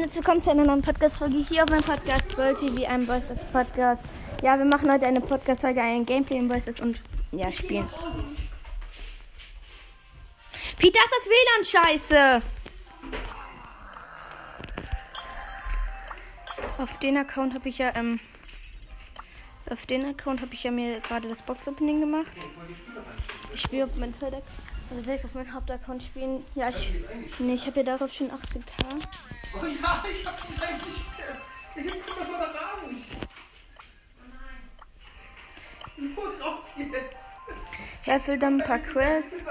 herzlich willkommen zu einer neuen Podcast-Folge hier auf meinem Podcast World TV, einem Voices Podcast. Ja, wir machen heute eine Podcast-Folge, ein Gameplay im Voices und ja, spielen. Pete, das ist WLAN scheiße. Auf den Account habe ich ja mir gerade das Box-Opening gemacht. Ich spiele auf meinem zweiten Account. Also soll ich auf meinem Hauptaccount spielen? Ja, ich habe ja darauf schon 18k. Oh ja, ich hab schon eigentlich. Guck das mal da raus. Los, raus jetzt. Ich erfülle dann ein paar Quests.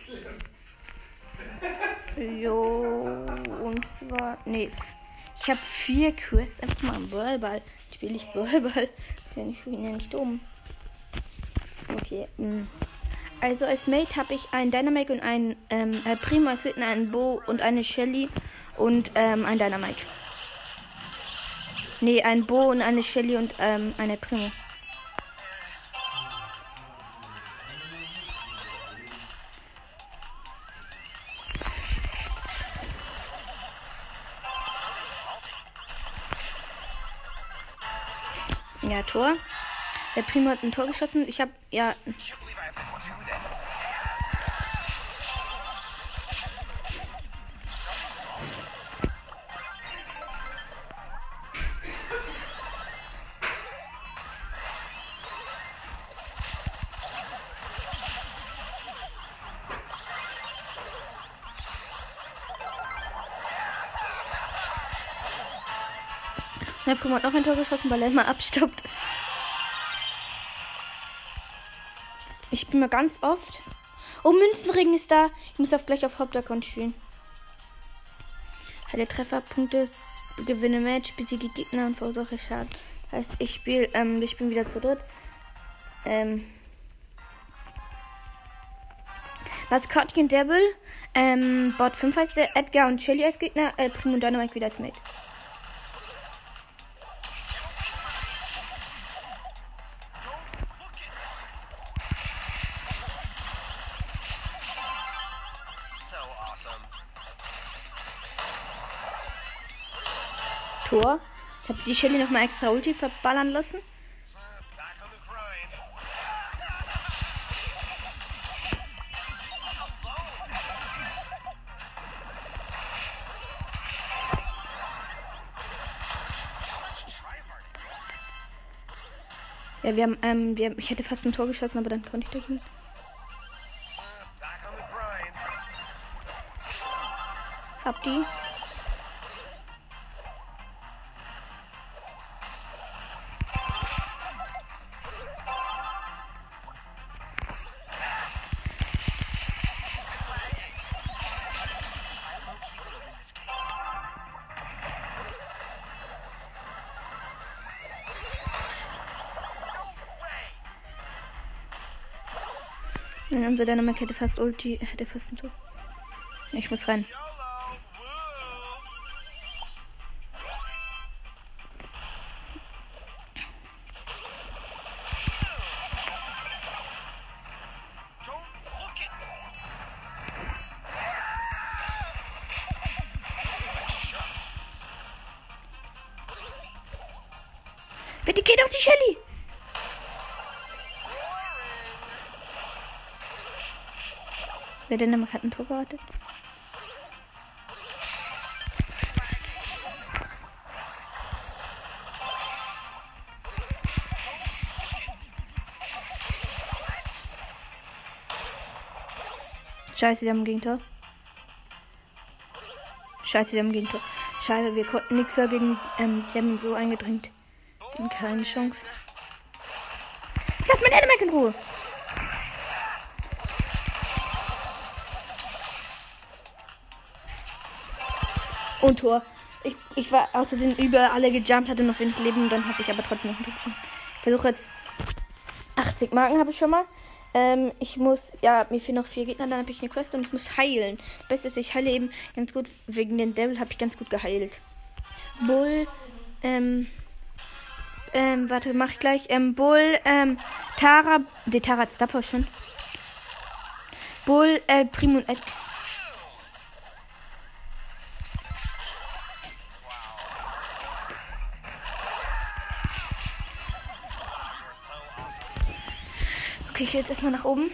Jo, und zwar. Nee. Ich habe 4 Quests. Einfach mal am Ballball. Spiele ich Ballball. Bin ich nicht dumm. Okay. Also als Mate habe ich einen Dynamite und einen Primo, als Gegner einen Bo und eine Shelly und einen Dynamite. Nee, ein Bo und eine Shelly und eine Primo. Ja, Tor. Der Primo hat ein Tor geschossen. Ich habe ja. Der Primo hat noch ein Tor geschossen, weil er immer abstaubt. Ich spiele mal ganz oft. Oh, Münzenregen ist da. Ich muss gleich auf Hauptaccount spielen. Halte Trefferpunkte, gewinne Match, besiege Gegner und verursache Schaden. Das heißt, wir spielen wieder zu dritt. Maskottchen Devil. Bot 5 heißt der. Edgar und Shelly als Gegner. Primo und Dynamite wieder als Mate. Tor. Ich habe die Shelly nochmal extra Ulti verballern lassen. Ja, ich hätte fast ein Tor geschossen, aber dann konnte ich dagegen. Hab die. Unser Dynamite hätte fast Ulti, hätte fast ein Tor. Ich muss rein. Bitte geht auf die Shelly! Der Dynamite hat ein Tor gewartet. Scheiße, wir haben ein Gegentor. Scheiße, wir konnten nichts dagegen. Die haben so eingedrängt. Keine Chance. Lass mein Dynamite in Ruhe. Und Tor. Ich war außerdem über alle gejumpt, hatte noch wenig Leben und dann habe ich aber trotzdem noch ein Tor geschossen. Ich versuche jetzt 80 Marken habe ich schon mal. Mir fehlen noch 4 Gegner, dann habe ich eine Quest und ich muss heilen. Das Beste ist, ich heile eben ganz gut. Wegen den Devil habe ich ganz gut geheilt. Bull, warte, mach ich gleich. Bull, Tara, die Tara hat Star schon. Bull, Primo und Edgar. Okay, ich gehe jetzt erstmal nach oben.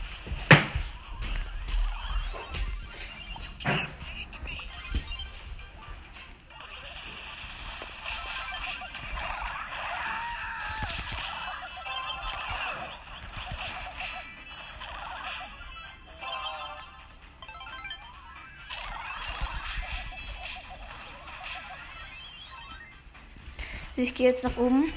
Also ich gehe jetzt nach oben.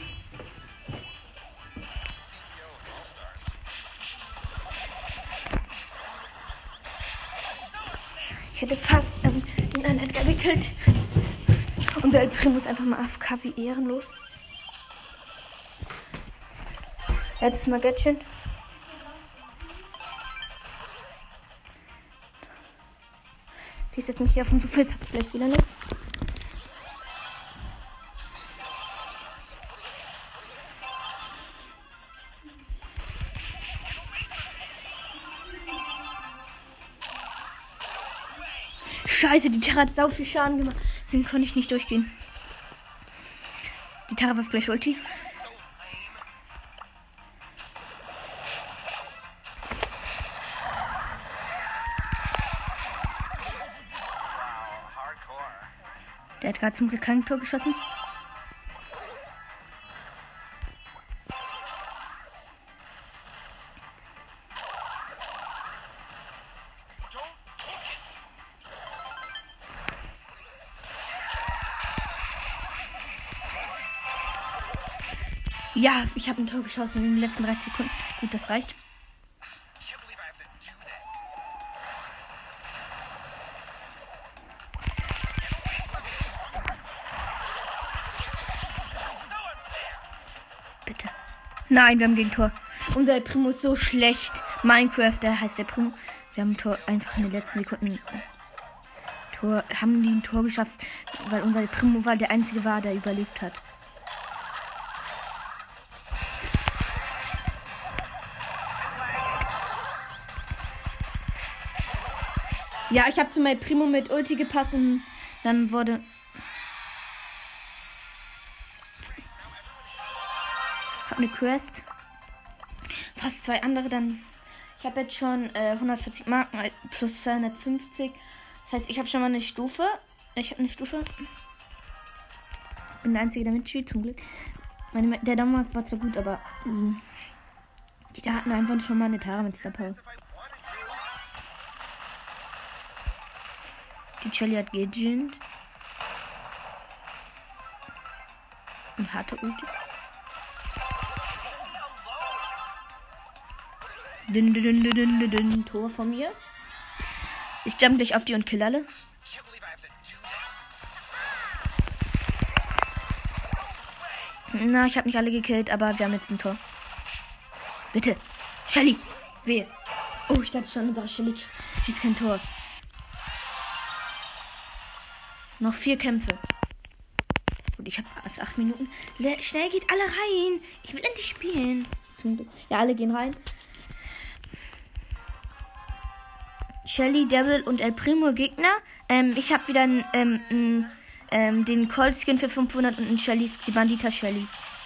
Ich hätte fast in einen Edgar gekillt. Unser El Primo ist einfach mal AFK wie ehrenlos. Letztes Mal Göttchen. Ich setze mich hier auf den Sofa, jetzt hab ich gleich wieder nichts. Scheiße, die Terra hat sau viel Schaden gemacht. Deswegen konnte ich nicht durchgehen. Die Terra wirft gleich Ulti. Der hat gerade zum Glück kein Tor geschossen. Ja, ich habe ein Tor geschossen in den letzten 30 Sekunden. Gut, das reicht. Bitte. Nein, wir haben den Tor. Unser El Primo ist so schlecht. Minecraft, der heißt der Primo. Wir haben ein Tor einfach in den letzten Sekunden. Haben die ein Tor geschafft, weil unser El Primo der einzige war, der überlebt hat. Ja, ich habe zu meinem Primo mit Ulti gepasst und dann wurde... Ich habe eine Quest. Fast 2 andere dann... Ich habe jetzt schon 140 Marken plus 250. Das heißt, ich habe schon mal eine Stufe. Ich habe eine Stufe. Ich bin der Einzige, der mitspielt, zum Glück. Der Daumenmark war zwar gut, aber... die hatten einfach schon mal eine Tara mit Star Power. Die Shelly hat gegint. Und hatte Ulti. Tor von mir. Ich jump gleich auf die und kill alle. Na, ich habe nicht alle gekillt, aber wir haben jetzt ein Tor. Bitte. Shelly. Wehe. Oh, ich dachte schon, unsere Shelly schießt kein Tor. Noch 4 Kämpfe. Und ich habe als 8 Minuten. Schnell geht alle rein. Ich will endlich spielen. Zum Glück. Ja, alle gehen rein. Shelly, Devil und El Primo Gegner. Ich habe wieder den Cold Skin für 500 und einen Shelly, die Bandita Shelly.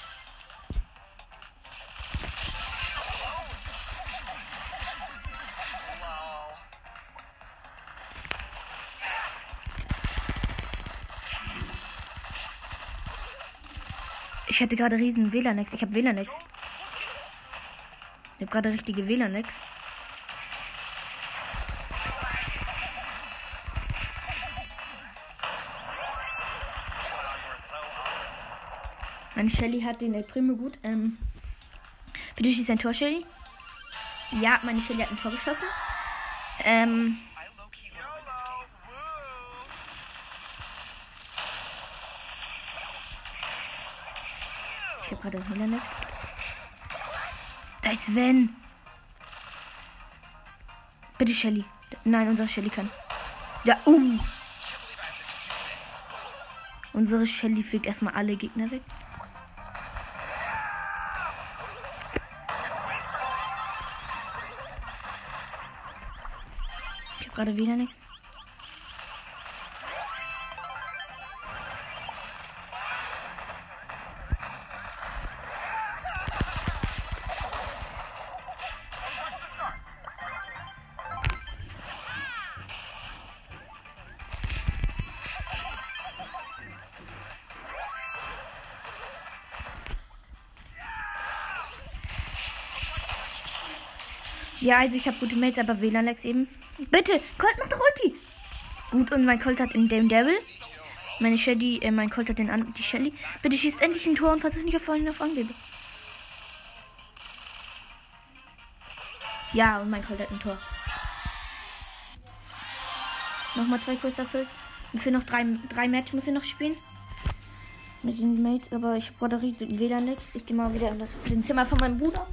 Ich hatte gerade riesen WLAN-Ex. Ich habe WLAN-Ex. Ich habe gerade richtige WLAN-Ex. Meine Shelly hat den El Primo gut. Bitte schießt ein Tor, Shelly. Ja, meine Shelly hat ein Tor geschossen. Ich habe gerade ein Hindernis. Da ist Sven. Bitte, Shelly. Nein, unsere Shelly kann. Ja, Unsere Shelly fegt erstmal alle Gegner weg. Ich habe gerade wieder nichts. Ja, also ich habe gute Mates, aber WLAN-Lags eben. Bitte, Colt macht doch Ulti. Gut, und mein Colt hat in dem Devil. Mein Colt hat die Shelly. Bitte schießt endlich ein Tor und versuch nicht auf Angriffe. Ja, und mein Colt hat ein Tor. Nochmal 2 Quests erfüllt. Und für noch drei Match muss ich noch spielen. Mit den Mates, aber ich brauche doch riesigen WLAN-Lags. Ich gehe mal wieder in den Zimmer von meinem Bruder.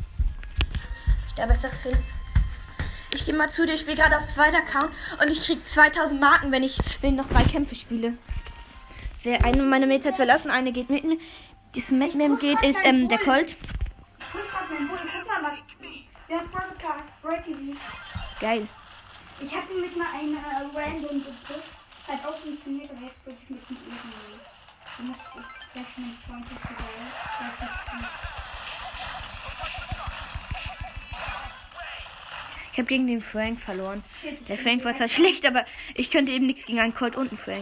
Ich gehe mal zu dir, ich spiele gerade auf 2. Account und ich krieg 2000 Marken, wenn ich noch 3 Kämpfe spiele. Eine meiner Mates hat verlassen, eine geht mit mir. Das mit mir geht ist der Colt. Geil. Ich habe mit mal einen random gepusht. Hat auch funktioniert, aber jetzt pushe ich mit dem Ehrenmann. Du musst das mein Freund ist so geil. Ich habe gegen den Frank verloren. Der Frank war zwar schlecht, aber ich könnte eben nichts gegen einen Colt und einen Frank.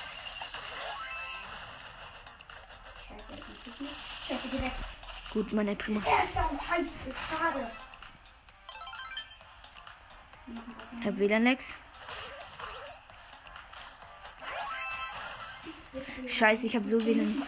Scheiße, direkt. Gut, mein Primo. Er ist auch heiß, schade. Ich habe WLAN-Lags. Scheiße, ich habe so WLAN.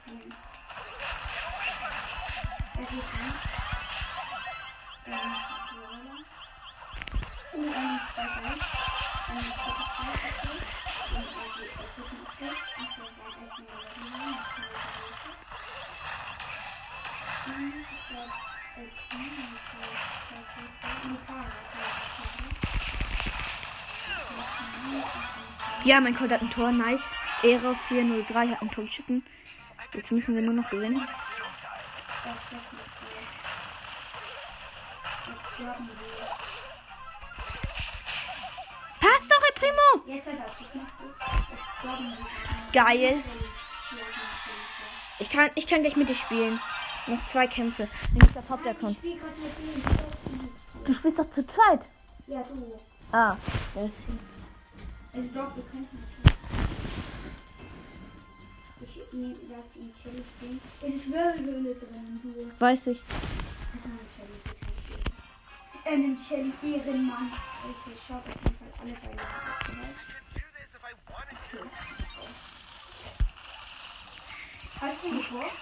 Ja, mein Colt hat ein Tor, nice. Ehre 403 hat ein Tor geschossen. Jetzt müssen wir nur noch gewinnen. Passt doch, El Primo! Geil. Ich kann gleich mit dir spielen. Noch 2 Kämpfe. Dann ist der Hauptaccount. Du spielst doch zu zweit. Ja, du. Ah, das ist. Ich glaube, wir könnten nicht. Ich lasse ihn Shelly spielen. Es ist Wirbelhöhle drin, du. Weiß ich. Nimmt Shelly Ehrenmann. Leute, schaut auf jeden Fall alle beide. Hast du einen Tor?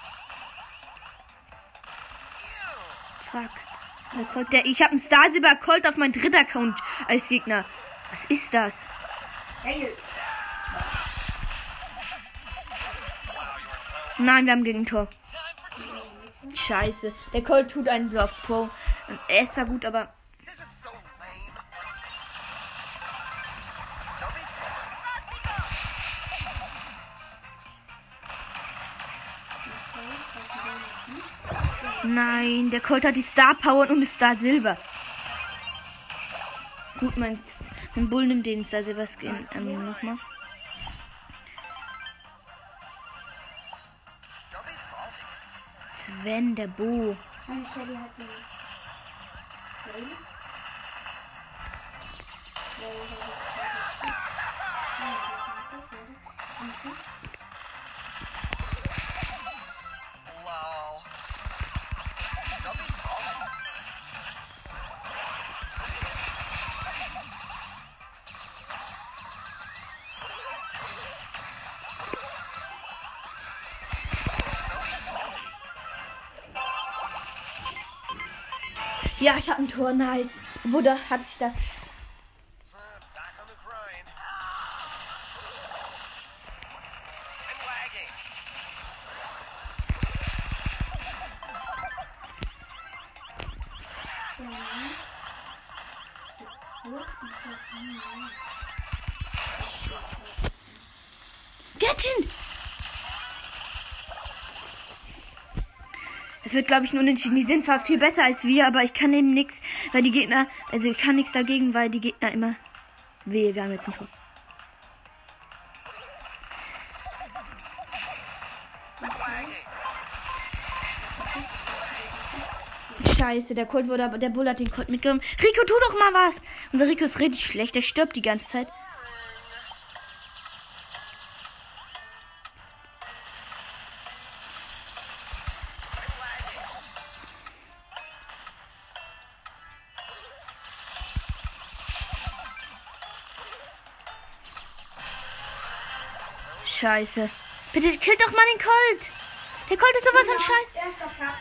Fuck. Ich habe einen Star Silber Colt auf meinen 3. Account als Gegner. Was ist das? Geil. Nein, wir haben Gegentor. Scheiße. Der Colt tut einen so auf Pro. Er ist zwar gut, aber. Nein, der Colt hat die Star Power und ist Star Silber. Gut, mein Bull nimmt den Star Silber Skin nochmal. Sven, der Bo. Meine Shelly hat den. Ja, ich habe ein Tor, nice. Bruder hat sich da. Gadget! Es wird, glaube ich, nur unentschieden. Die sind zwar viel besser als wir, aber ich kann eben nichts, weil die Gegner, also ich kann nichts dagegen, weil die Gegner immer. Wehe, wir haben jetzt ein Tor. Scheiße, der Colt wurde, aber der Bull hat den Colt mitgenommen. Rico, tu doch mal was! Unser Rico ist richtig schlecht, der stirbt die ganze Zeit. scheiße. Bitte killt doch mal den Colt. Der Colt ist sowas von scheiße. Erster Platz.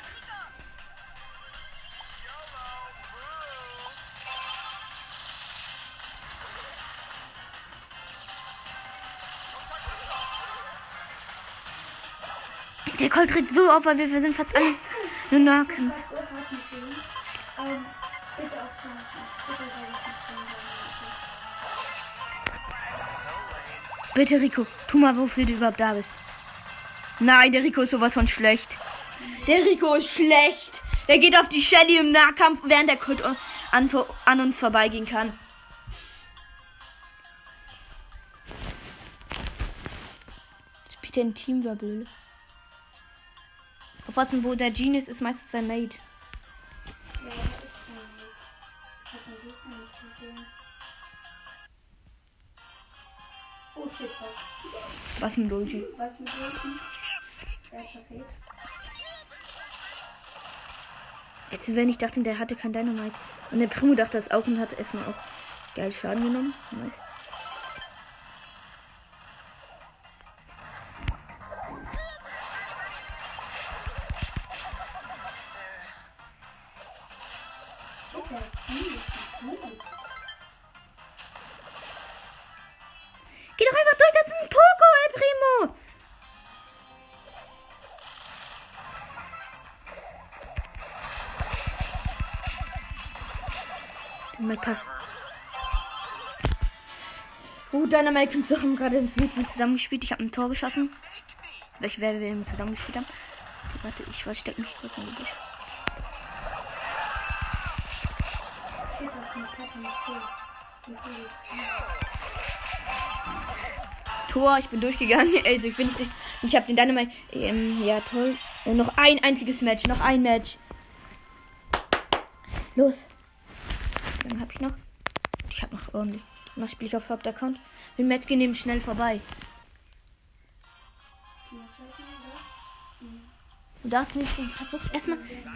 Der Colt tritt so auf, weil wir sind fast alle nur Nahkämpfer. Das war so hart mit dem. Bitte aufzuhalten. Bitte sei das nicht so. Bitte, Rico, tu mal, wofür du überhaupt da bist. Nein, der Rico ist sowas von schlecht. Der Rico ist schlecht. Der geht auf die Shelly im Nahkampf, während der Colt an uns vorbeigehen kann. Spielt er ein Teamwirbel? Auf was denn, wo der Genius ist, meistens sein Mate. Ja, das ist sein Mate. Ich hab den Gegner nicht gesehen. Oh shit, was? Was mit Ulti? Was mit Ulti? Der ist perfekt. Jetzt, wenn ich dachte, der hatte kein Dynamite. Und der Primo dachte das auch und hat erstmal auch geil Schaden genommen. Nice. Geh doch einfach durch, das ist ein Poco, El Primo! Mein Pass. Gut, Dynamite und so haben gerade mit mir zusammengespielt. Ich habe ein Tor geschossen. Wer wir eben zusammengespielt haben. Warte, ich verstecke mich kurz in die Büsche. Tor, ich bin durchgegangen. Also ich bin nicht. Ich habe den Dynamite. Ja, toll. Noch ein einziges Match. Noch ein Match. Los. Dann habe ich noch. Ich habe noch ordentlich. Noch spiele ich auf Hauptaccount. Den Match gehen nämlich schnell vorbei. Du darfst nicht. Versuch erstmal.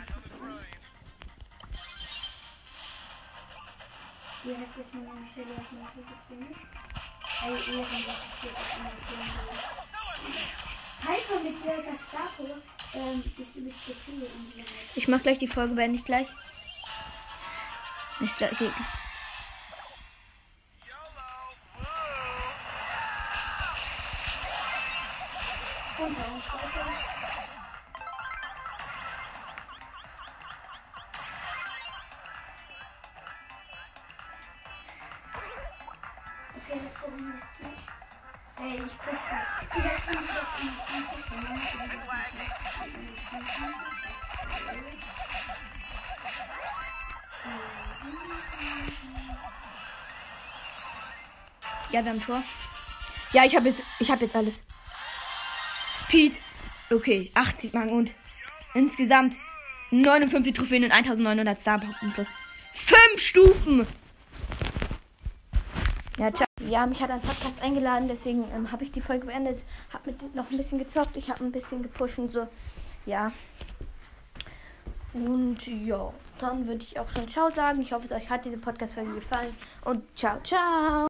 Ich mach gleich die Folge, beende ich gleich. Nächster Gegner. Okay, jetzt kommen wir jetzt. Ey, ich push das. Jetzt kommt das in Ja, wir haben Tor. Ja, ich habe jetzt alles. Pete. Okay, 80 Mann und insgesamt 59 Trophäen und 1900 Starpunkte plus 5 Stufen. Ja, ciao. Ja, mich hat ein Podcast eingeladen, deswegen habe ich die Folge beendet. Hab mit noch ein bisschen gezockt, ich habe ein bisschen gepusht und so. Ja. Und ja, dann würde ich auch schon ciao sagen. Ich hoffe, euch hat diese Podcast-Folge gefallen. Und ciao, ciao.